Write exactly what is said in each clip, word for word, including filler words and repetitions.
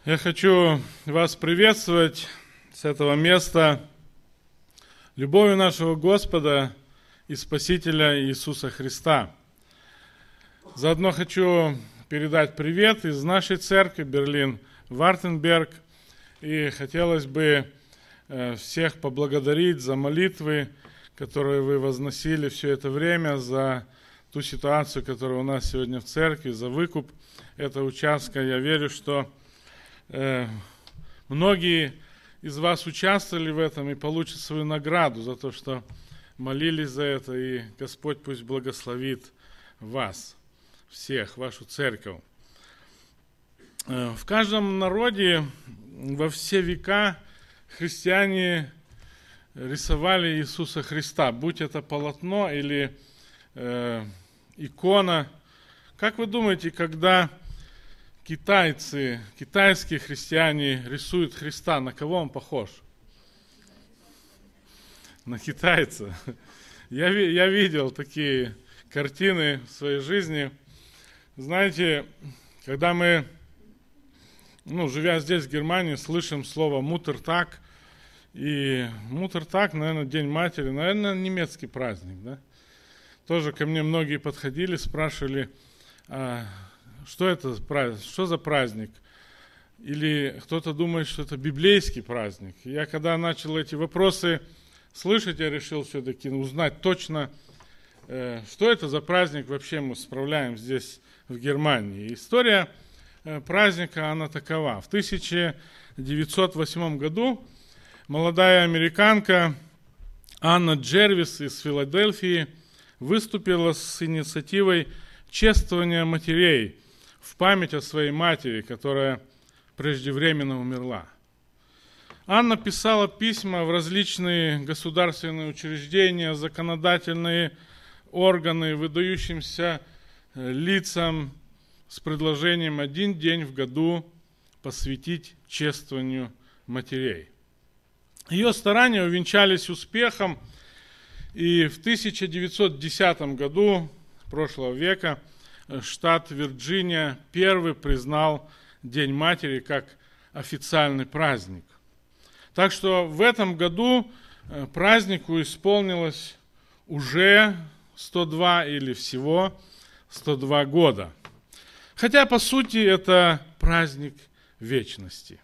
Я хочу вас приветствовать с этого места любовью нашего Господа и Спасителя Иисуса Христа. Заодно хочу передать привет из нашей церкви Берлин-Вартенберг. И хотелось бы всех поблагодарить за молитвы, которые вы возносили все это время, за ту ситуацию, которая у нас сегодня в церкви, за выкуп этого участка. Я верю, что э, многие из вас участвовали в этом и получат свою награду за то, что молились за это. И Господь пусть благословит вас, всех, вашу церковь. Э, в каждом народе во все века христиане рисовали Иисуса Христа, будь это полотно или э, икона. Как вы думаете, когда китайцы, китайские христиане рисуют Христа, на кого он похож? На китайца. Я, я видел такие картины в своей жизни. Знаете, когда мы, ну, живя здесь, в Германии, слышим слово «муттертаг», и муттертаг, наверное, День матери, наверное, немецкий праздник, да? Тоже ко мне многие подходили, спрашивали, а что это праздник, что за праздник? Или кто-то думает, что это библейский праздник. Я когда начал эти вопросы слышать, я решил все-таки узнать точно, э, что это за праздник вообще мы справляем здесь, в Германии. История э, праздника, она такова. В тысяча девятьсот восьмом году молодая американка Анна Джервис из Филадельфии выступила с инициативой чествования матерей в память о своей матери, которая преждевременно умерла. Анна писала письма в различные государственные учреждения, законодательные органы, выдающимся лицам с предложением один день в году посвятить чествованию матерей. Ее старания увенчались успехом, и в тысяча девятьсот десятом году прошлого века штат Вирджиния первый признал День матери как официальный праздник. Так что в этом году празднику исполнилось уже сто два или всего сто два года. Хотя, по сути, это праздник вечности.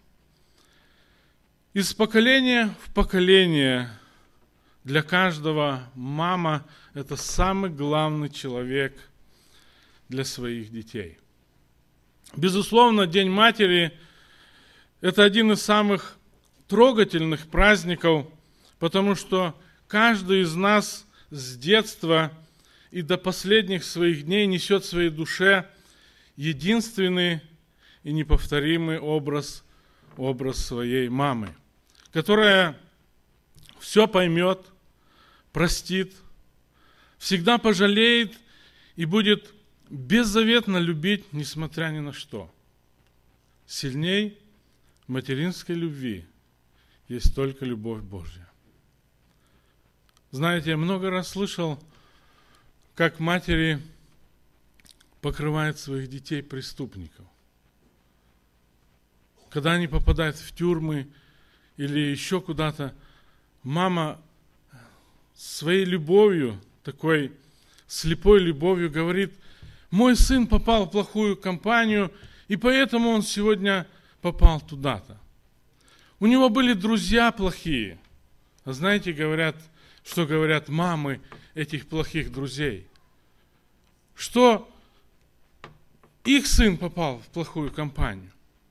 Из поколения в поколение для каждого мама – это самый главный человек для своих детей. Безусловно, День матери – это один из самых трогательных праздников, потому что каждый из нас с детства и до последних своих дней несет в своей душе единственный и неповторимый образ, образ своей мамы, которая все поймет, простит, всегда пожалеет и будет беззаветно любить, несмотря ни на что. Сильней материнской любви есть только любовь Божья. Знаете, я много раз слышал, как матери покрывают своих детей преступников. Когда они попадают в тюрьмы или еще куда-то, мама своей любовью, такой слепой любовью говорит: мой сын попал в плохую компанию, и поэтому он сегодня попал туда-то. У него были друзья плохие. А знаете, говорят, что говорят мамы этих плохих друзей? Что их сын попал в плохую компанию.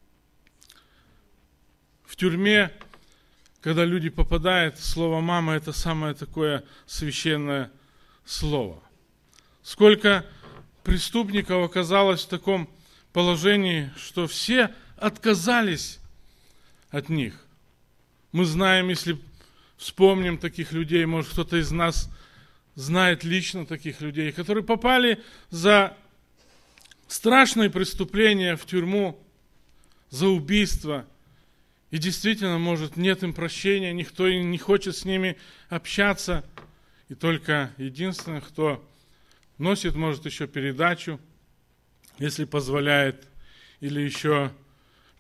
В тюрьме, когда люди попадают, слово «мама» – это самое такое священное слово. Сколько преступников оказалось в таком положении, что все отказались от них. Мы знаем, если вспомним таких людей, может, кто-то из нас знает лично таких людей, которые попали за страшные преступления в тюрьму, за убийство. И действительно, может, нет им прощения, никто не хочет с ними общаться. И только единственное, кто носит, может, еще передачу, если позволяет, или еще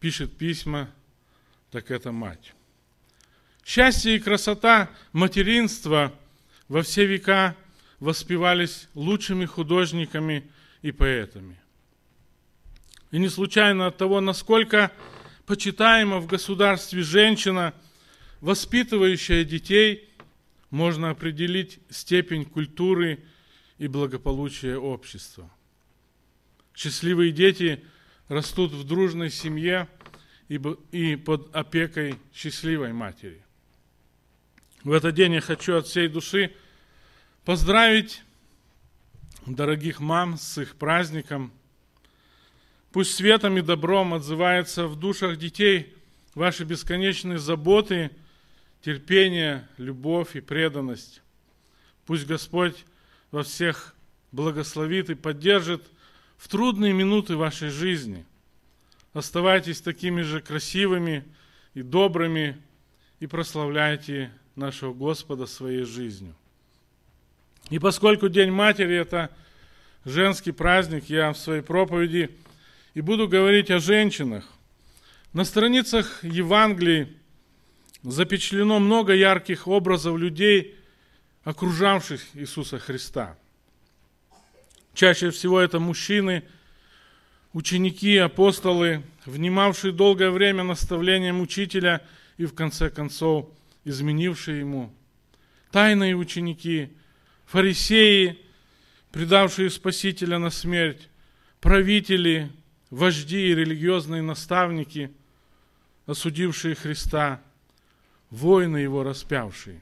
пишет письма, так это мать. Счастье и красота материнства во все века воспевались лучшими художниками и поэтами. И не случайно от того, насколько почитаема в государстве женщина, воспитывающая детей, можно определить степень культуры и благополучия общества. Счастливые дети растут в дружной семье и под опекой счастливой матери. В этот день я хочу от всей души поздравить дорогих мам с их праздником. Пусть светом и добром отзывается в душах детей ваши бесконечные заботы, терпение, любовь и преданность. Пусть Господь во всех благословит и поддержит в трудные минуты вашей жизни. Оставайтесь такими же красивыми и добрыми и прославляйте нашего Господа своей жизнью. И поскольку День Матери – это женский праздник, я в своей проповеди и буду говорить о женщинах. На страницах Евангелий запечатлено много ярких образов людей, окружавших Иисуса Христа. Чаще всего это мужчины, ученики, апостолы, внимавшие долгое время наставлениям учителя и, в конце концов, изменившие ему. Тайные ученики, фарисеи, предавшие Спасителя на смерть, правители, вожди и религиозные наставники, осудившие Христа, воины его распявшие.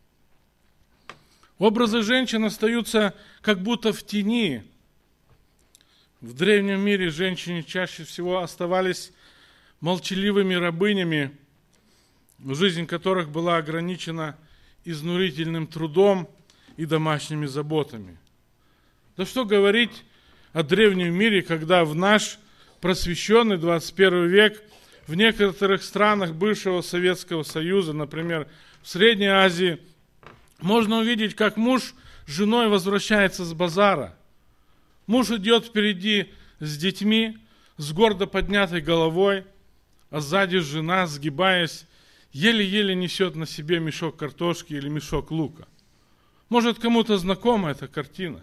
Образы женщин остаются как будто в тени. В древнем мире женщины чаще всего оставались молчаливыми рабынями, жизнь которых была ограничена изнурительным трудом и домашними заботами. Да что говорить о древнем мире, когда в наш просвещенный двадцать первый век в некоторых странах бывшего Советского Союза, например, в Средней Азии, можно увидеть, как муж с женой возвращается с базара. Муж идет впереди с детьми, с гордо поднятой головой, а сзади жена, сгибаясь, еле-еле несет на себе мешок картошки или мешок лука. Может, кому-то знакома эта картина?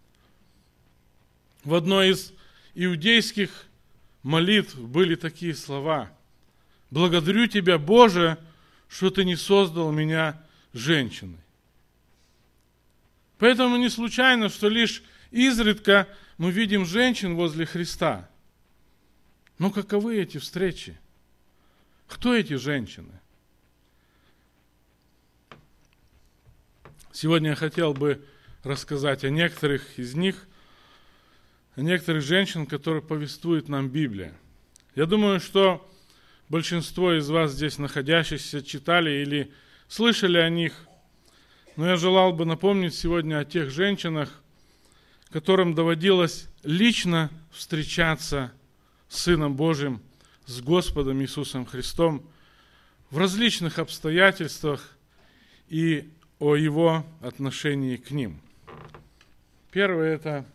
В одной из иудейских молитв были такие слова: «Благодарю Тебя, Боже, что Ты не создал меня женщиной». Поэтому не случайно, что лишь изредка мы видим женщин возле Христа. Но каковы эти встречи? Кто эти женщины? Сегодня я хотел бы рассказать о некоторых из них, о некоторых женщин, которые повествует нам Библия. Я думаю, что большинство из вас здесь находящихся читали или слышали о них, но я желал бы напомнить сегодня о тех женщинах, которым доводилось лично встречаться с Сыном Божьим, с Господом Иисусом Христом в различных обстоятельствах и о Его отношении к ним. Первое – это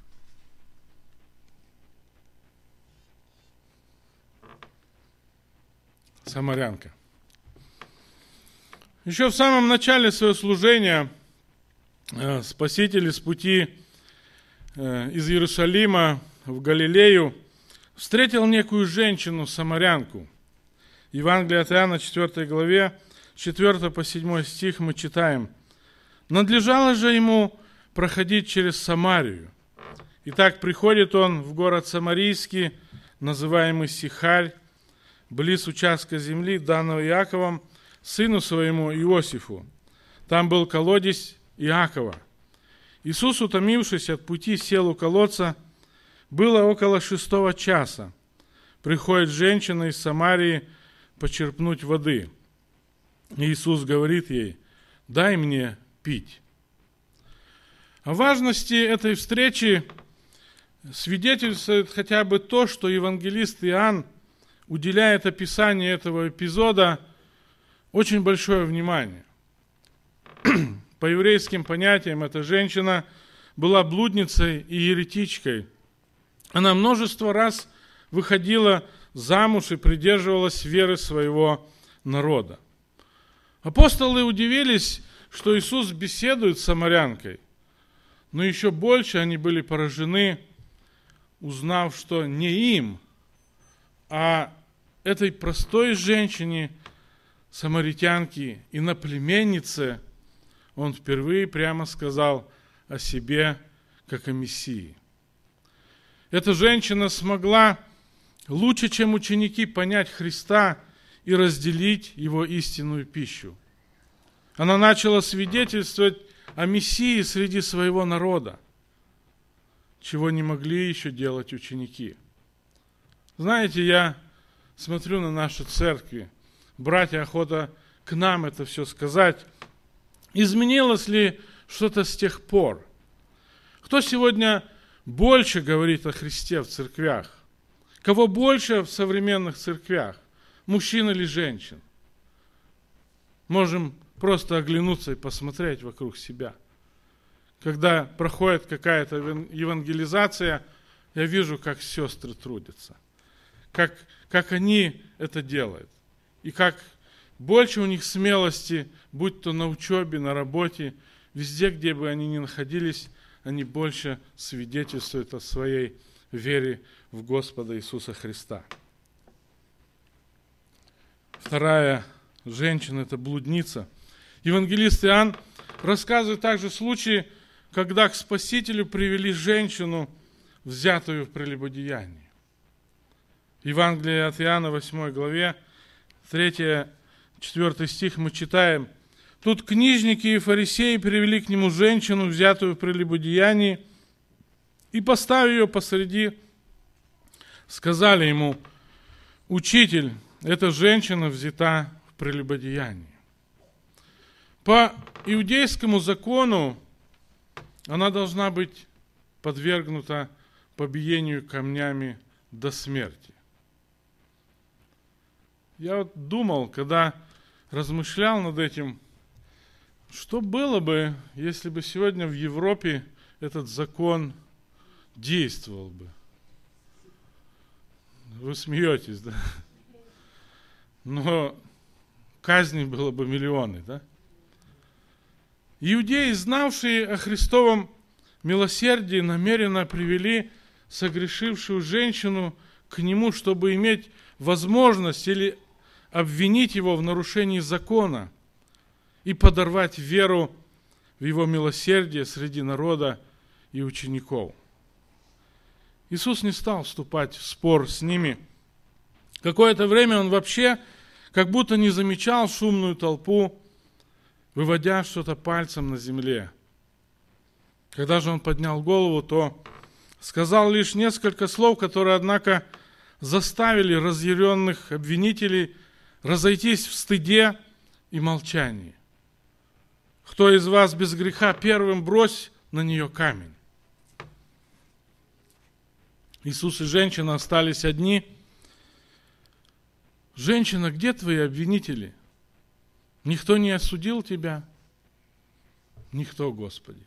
самарянка. Еще в самом начале своего служения Спаситель с пути из Иерусалима в Галилею встретил некую женщину, самарянку. Евангелие от Иоанна, четвёртой главе, с четвёртого по седьмой стих мы читаем: «Надлежало же ему проходить через Самарию. Итак, приходит он в город Самарийский, называемый Сихарь, близ участка земли, данного Иаковом, сыну своему Иосифу. Там был колодец Иакова. Иисус, утомившись от пути, сел у колодца. Было около шестого часа. Приходит женщина из Самарии почерпнуть воды. Иисус говорит ей: «Дай мне пить». О важности этой встречи свидетельствует хотя бы то, что евангелист Иоанн уделяет описанию этого эпизода очень большое внимание. По еврейским понятиям, эта женщина была блудницей и еретичкой. Она множество раз выходила замуж и придерживалась веры своего народа. Апостолы удивились, что Иисус беседует с самарянкой, но еще больше они были поражены, узнав, что не им, а этой простой женщине, самаритянке, иноплеменнице, он впервые прямо сказал о себе, как о Мессии. Эта женщина смогла лучше, чем ученики, понять Христа и разделить Его истинную пищу. Она начала свидетельствовать о Мессии среди своего народа, чего не могли еще делать ученики. Знаете, я смотрю на наши церкви, братья, охота к нам это все сказать. Изменилось ли что-то с тех пор? Кто сегодня больше говорит о Христе в церквях? Кого больше в современных церквях? Мужчин или женщин? Можем просто оглянуться и посмотреть вокруг себя. Когда проходит какая-то евангелизация, я вижу, как сестры трудятся, как, как они это делают, и как больше у них смелости, будь то на учебе, на работе, везде, где бы они ни находились, они больше свидетельствуют о своей вере в Господа Иисуса Христа. Вторая женщина – это блудница. Евангелист Иоанн рассказывает также случаи, когда к Спасителю привели женщину, взятую в прелюбодеянии. Евангелие от Иоанна, восьмой главе, третий-четвёртый стих мы читаем: «Тут книжники и фарисеи привели к нему женщину, взятую в прелюбодеянии, и, поставив ее посреди, сказали ему: Учитель, эта женщина взята в прелюбодеянии». По иудейскому закону она должна быть подвергнута побиению камнями до смерти. Я вот думал, когда размышлял над этим, что было бы, если бы сегодня в Европе этот закон действовал бы. Вы смеетесь, да? Но казней было бы миллионы, да? Иудеи, знавшие о Христовом милосердии, намеренно привели согрешившую женщину к нему, чтобы иметь возможность или обвинить его в нарушении закона и подорвать веру в его милосердие среди народа и учеников. Иисус не стал вступать в спор с ними. Какое-то время он вообще как будто не замечал шумную толпу, выводя что-то пальцем на земле. Когда же он поднял голову, то сказал лишь несколько слов, которые, однако, заставили разъяренных обвинителей разойтись в стыде и молчании. «Кто из вас без греха, первым брось на нее камень». Иисус и женщина остались одни. «Женщина, где твои обвинители? Никто не осудил тебя?» «Никто, Господи.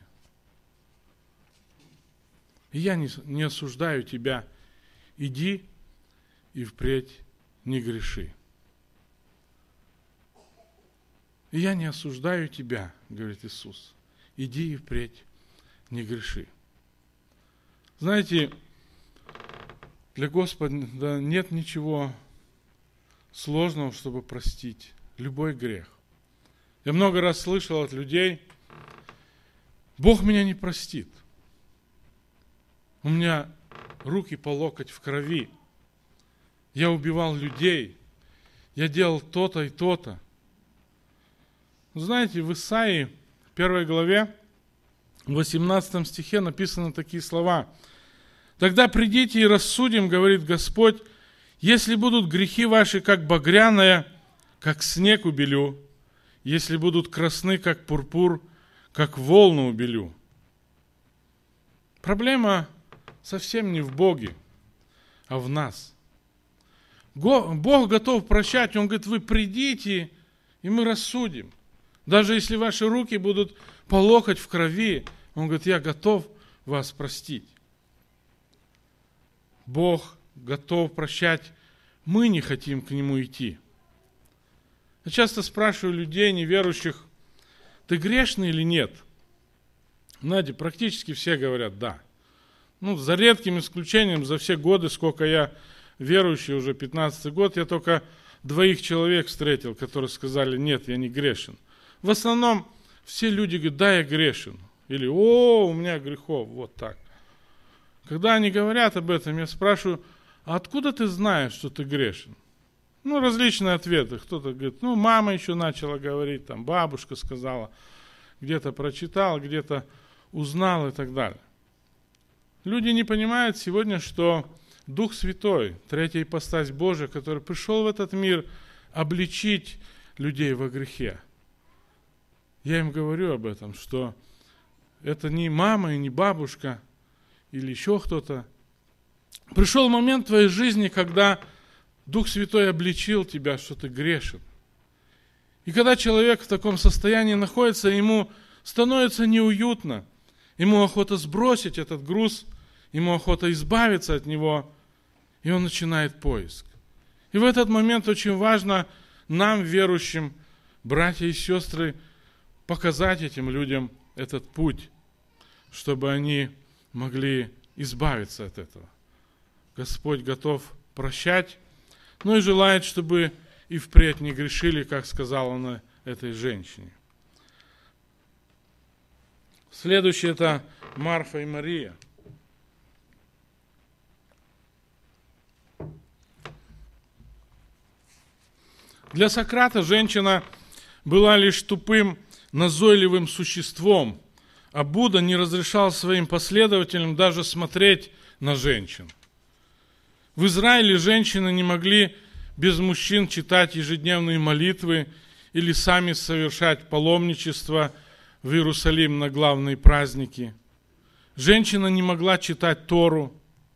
И я не, не осуждаю тебя. Иди и впредь не греши». «И я не осуждаю тебя, — говорит Иисус, — иди и впредь не греши». Знаете, для Господа нет ничего сложного, чтобы простить любой грех. Я много раз слышал от людей: Бог меня не простит. У меня руки по локоть в крови. Я убивал людей. Я делал то-то и то-то. Знаете, в Исаии, первой главе, в восемнадцатом стихе написаны такие слова: «Тогда придите и рассудим, говорит Господь, если будут грехи ваши, как багряное, как снег убелю, если будут красны, как пурпур, как волну убелю». Проблема совсем не в Боге, а в нас. Бог готов прощать. Он говорит: вы придите, и мы рассудим. Даже если ваши руки будут по локоть в крови, Он говорит: я готов вас простить. Бог готов прощать мы не хотим к Нему идти. Я часто спрашиваю людей, неверующих, ты грешный или нет? Знаете, практически все говорят «да». Ну, за редким исключением, за все годы, сколько я верующий, уже пятнадцатый год, я только двоих человек встретил, которые сказали «нет, я не грешен». В основном все люди говорят «да, я грешен». Или «о, у меня грехов», вот так. Когда они говорят об этом, я спрашиваю, а откуда ты знаешь, что ты грешен? Ну, различные ответы. Кто-то говорит, ну, мама еще начала говорить, там, бабушка сказала, где-то прочитал, где-то узнал и так далее. Люди не понимают сегодня, что Дух Святой, третья ипостась Божия, который пришел в этот мир обличить людей во грехе. Я им говорю об этом, что это не мама и не бабушка или еще кто-то. Пришел момент в твоей жизни, когда Дух Святой обличил тебя, что ты грешен. И когда человек в таком состоянии находится, ему становится неуютно, ему охота сбросить этот груз, ему охота избавиться от него, и он начинает поиск. И в этот момент очень важно нам, верующим, братья и сестры, показать этим людям этот путь, чтобы они могли избавиться от этого. Господь готов прощать, но и желает, чтобы и впредь не грешили, как сказала она этой женщине. Следующее – это Марфа и Мария. Для Сократа женщина была лишь тупым, назойливым существом, а Будда не разрешал своим последователям даже смотреть на женщин. В Израиле женщины не могли без мужчин читать ежедневные молитвы или сами совершать паломничество в Иерусалим на главные праздники. Женщина не могла читать Тору.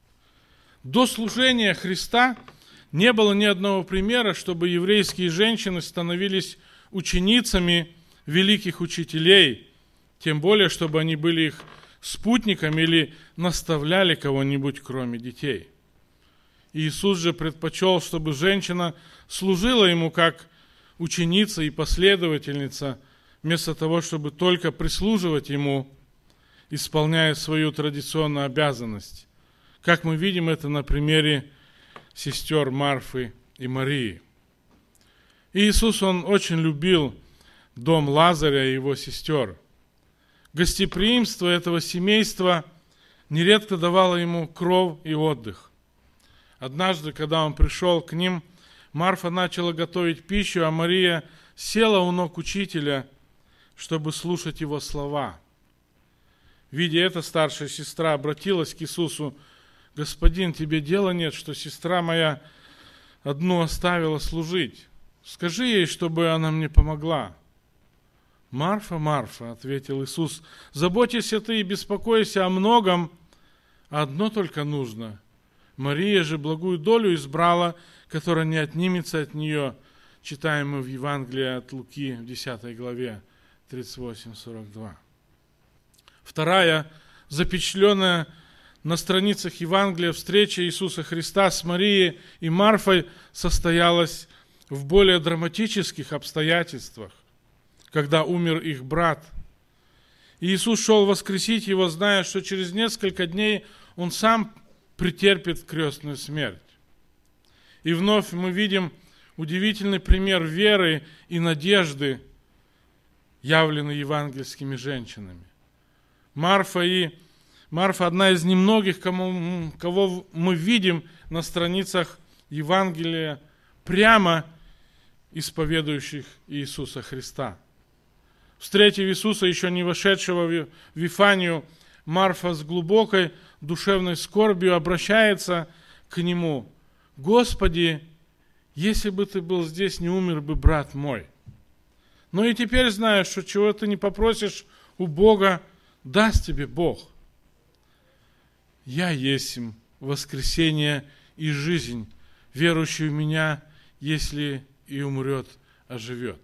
До служения Христа не было ни одного примера, чтобы еврейские женщины становились ученицами великих учителей, тем более, чтобы они были их спутниками или наставляли кого-нибудь, кроме детей. Иисус же предпочел, чтобы женщина служила ему как ученица и последовательница, вместо того, чтобы только прислуживать ему, исполняя свою традиционную обязанность. Как мы видим это на примере сестер Марфы и Марии. Иисус, Он очень любил дом Лазаря и его сестер. Гостеприимство этого семейства нередко давало ему кров и отдых. Однажды, когда он пришел к ним, Марфа начала готовить пищу, а Мария села у ног учителя, чтобы слушать его слова. Видя это, старшая сестра обратилась к Иисусу: «Господин, тебе дела нет, что сестра моя одну оставила служить? Скажи ей, чтобы она мне помогла». «Марфа, Марфа, — ответил Иисус, — заботься ты и беспокойся о многом, а одно только нужно. Мария же благую долю избрала, которая не отнимется от нее», читаем мы в Евангелии от Луки в десятой главе, тридцать восемь сорок два. Вторая, запечатленная на страницах Евангелия встреча Иисуса Христа с Марией и Марфой, состоялась в более драматических обстоятельствах, когда умер их брат. И Иисус шел воскресить его, зная, что через несколько дней он сам претерпит крестную смерть. И вновь мы видим удивительный пример веры и надежды, явленный евангельскими женщинами. Марфа, и, Марфа одна из немногих, кому, кого мы видим на страницах Евангелия, прямо исповедующих Иисуса Христа. Встретив Иисуса, еще не вошедшего в Вифанию, Марфа с глубокой душевной скорбью обращается к Нему: «Господи, если бы Ты был здесь, не умер бы брат мой. Но и теперь знаешь, что чего Ты не попросишь у Бога, даст Тебе Бог. Я есть воскресение и жизнь, верующий в Меня, если и умрет, оживет».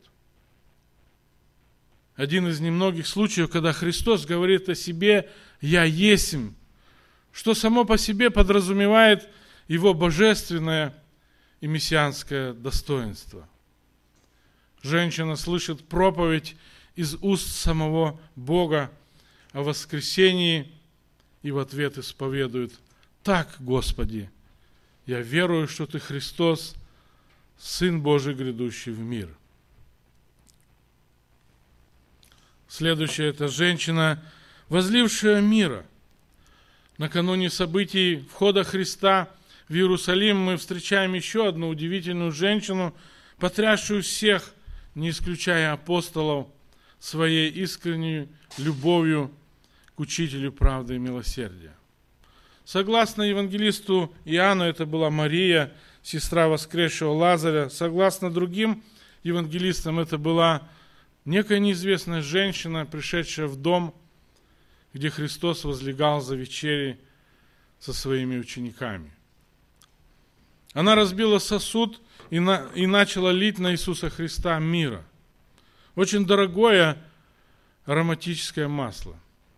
Один из немногих случаев, когда Христос говорит о себе «Я есмь», что само по себе подразумевает Его божественное и мессианское достоинство. Женщина слышит проповедь из уст самого Бога о воскресении и в ответ исповедует: «Так, Господи, я верую, что Ты Христос, Сын Божий, грядущий в мир». Следующая – это женщина, возлившая мира. Накануне событий входа Христа в Иерусалим мы встречаем еще одну удивительную женщину, потрясшую всех, не исключая апостолов, своей искренней любовью к учителю правды и милосердия. Согласно евангелисту Иоанну, это была Мария, сестра воскресшего Лазаря. Согласно другим евангелистам, это была некая неизвестная женщина, пришедшая в дом, где Христос возлегал за вечерей со своими учениками. Она разбила сосуд и, на, и начала лить на Иисуса Христа мира. Очень дорогое ароматическое масло.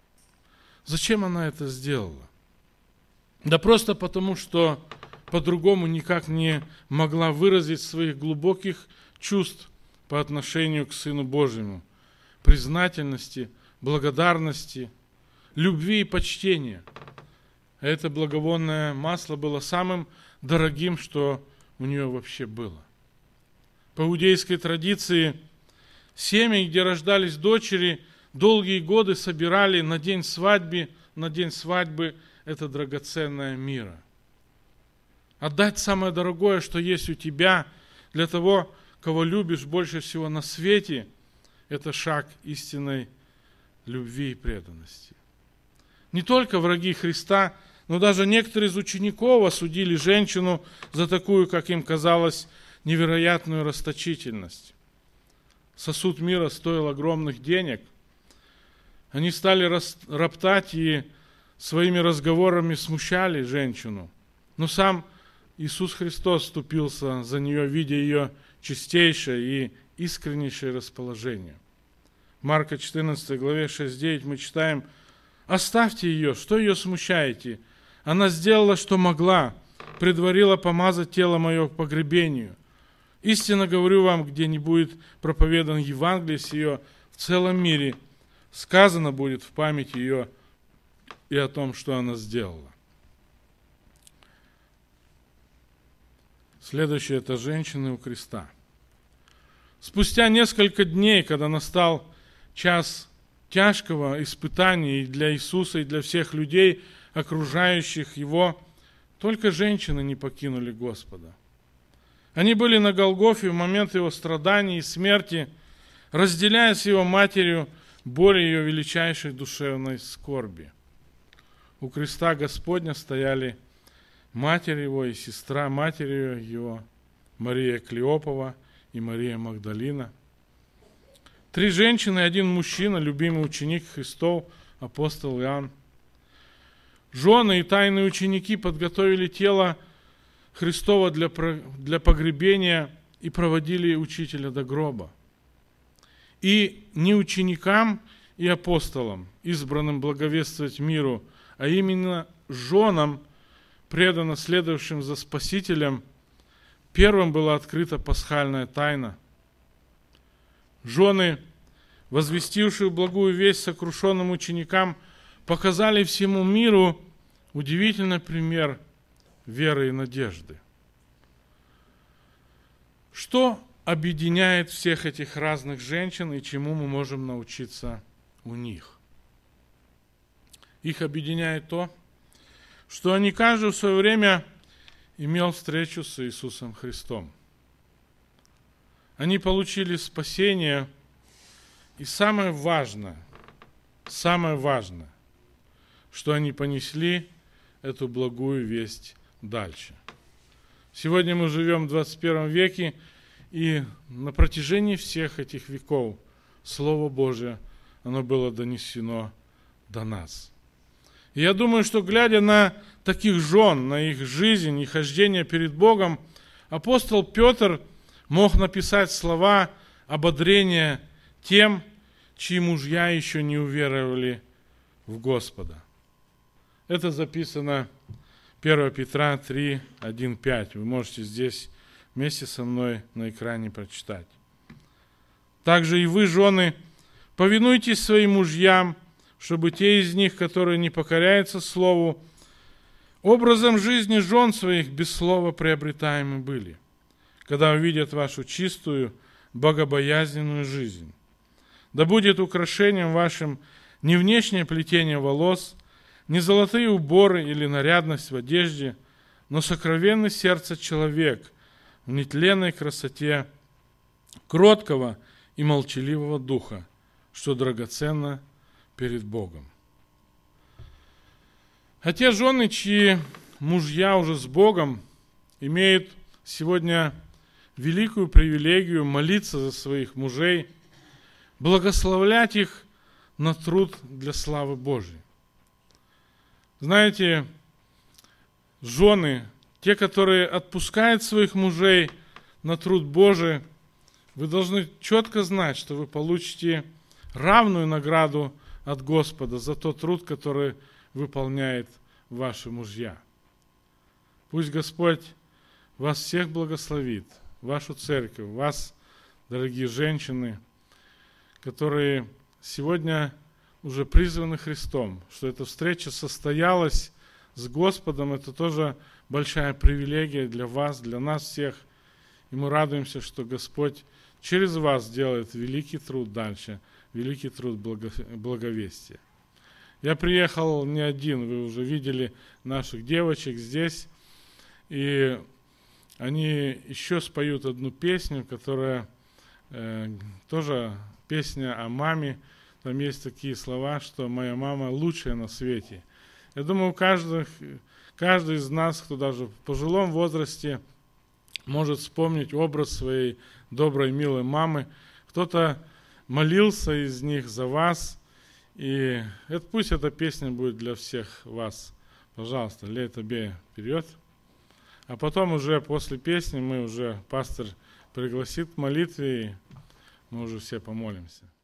Зачем она это сделала? Да просто потому, что по-другому никак не могла выразить своих глубоких чувств по отношению к Сыну Божьему, признательности, благодарности, любви и почтения. Это благовонное масло было самым дорогим, что у нее вообще было. По иудейской традиции, семьи, где рождались дочери, долгие годы собирали на день свадьбы, на день свадьбы это драгоценное мира. Отдать самое дорогое, что есть у тебя, для того, кого любишь больше всего на свете, это шаг истинной любви и преданности. Не только враги Христа, но даже некоторые из учеников осудили женщину за такую, как им казалось, невероятную расточительность. Сосуд мира стоил огромных денег. Они стали роптать и своими разговорами смущали женщину. Но сам Иисус Христос вступился за нее, видя ее чистейшее и искреннейшее расположение. В Марка четырнадцатой главе шесть-девять мы читаем: «Оставьте ее, что ее смущаете? Она сделала, что могла, предварила помазать тело мое к погребению. Истинно говорю вам, где не будет проповедан Евангелие сие в целом мире, сказано будет в память ее и о том, что она сделала». Следующее – это женщины у креста. Спустя несколько дней, когда настал час тяжкого испытания и для Иисуса, и для всех людей, окружающих Его, только женщины не покинули Господа. Они были на Голгофе в момент Его страданий и смерти, разделяя с Его матерью боль ее величайшей душевной скорби. У креста Господня стояли матерь Его и сестра матери Его, Мария Клеопова и Мария Магдалина. Три женщины и один мужчина, любимый ученик Христов, апостол Иоанн. Жены и тайные ученики подготовили тело Христова для, для погребения и проводили учителя до гроба. И не ученикам и апостолам, избранным благовествовать миру, а именно женам, преданно следовавшим за Спасителем, первым была открыта пасхальная тайна. Жены, возвестившие благую весть сокрушенным ученикам, показали всему миру удивительный пример веры и надежды. Что объединяет всех этих разных женщин и чему мы можем научиться у них? Их объединяет то, что они каждый в свое время имел встречу с Иисусом Христом. Они получили спасение, и самое важное, самое важное, что они понесли эту благую весть дальше. Сегодня мы живем в двадцать первом веке, и на протяжении всех этих веков Слово Божие, оно было донесено до нас. И я думаю, что глядя на таких жен, на их жизнь и хождение перед Богом, апостол Петр мог написать слова ободрения тем, чьи мужья еще не уверовали в Господа. Это записано первое Петра три, один, пять. Вы можете здесь вместе со мной на экране прочитать. Также и вы, жены, повинуйтесь своим мужьям, чтобы те из них, которые не покоряются слову, образом жизни жен своих без слова приобретаемы были, когда увидят вашу чистую, богобоязненную жизнь. Да будет украшением вашим не внешнее плетение волос, не золотые уборы или нарядность в одежде, но сокровенный сердце человек в нетленной красоте кроткого и молчаливого духа, что драгоценно перед Богом. А те жены, чьи мужья уже с Богом, имеют сегодня великую привилегию молиться за своих мужей, благословлять их на труд для славы Божьей. Знаете, жены, те, которые отпускают своих мужей на труд Божий, вы должны четко знать, что вы получите равную награду от Господа за тот труд, который выполняет ваши мужья. Пусть Господь вас всех благословит, вашу церковь, вас, дорогие женщины, которые сегодня уже призваны Христом, что эта встреча состоялась с Господом, это тоже большая привилегия для вас, для нас всех. И мы радуемся, что Господь через вас делает великий труд дальше, великий труд благо, благовестия. Я приехал не один, вы уже видели наших девочек здесь, и они еще споют одну песню, которая э, тоже песня о маме. Там есть такие слова, что моя мама лучшая на свете. Я думаю, каждый, каждый из нас, кто даже в пожилом возрасте, может вспомнить образ своей доброй, милой мамы. Кто-то молился из них за вас. И это, пусть эта песня будет для всех вас. Пожалуйста, лей тебе вперед. А потом уже после песни мы уже, пастор пригласит к молитве, и мы уже все помолимся.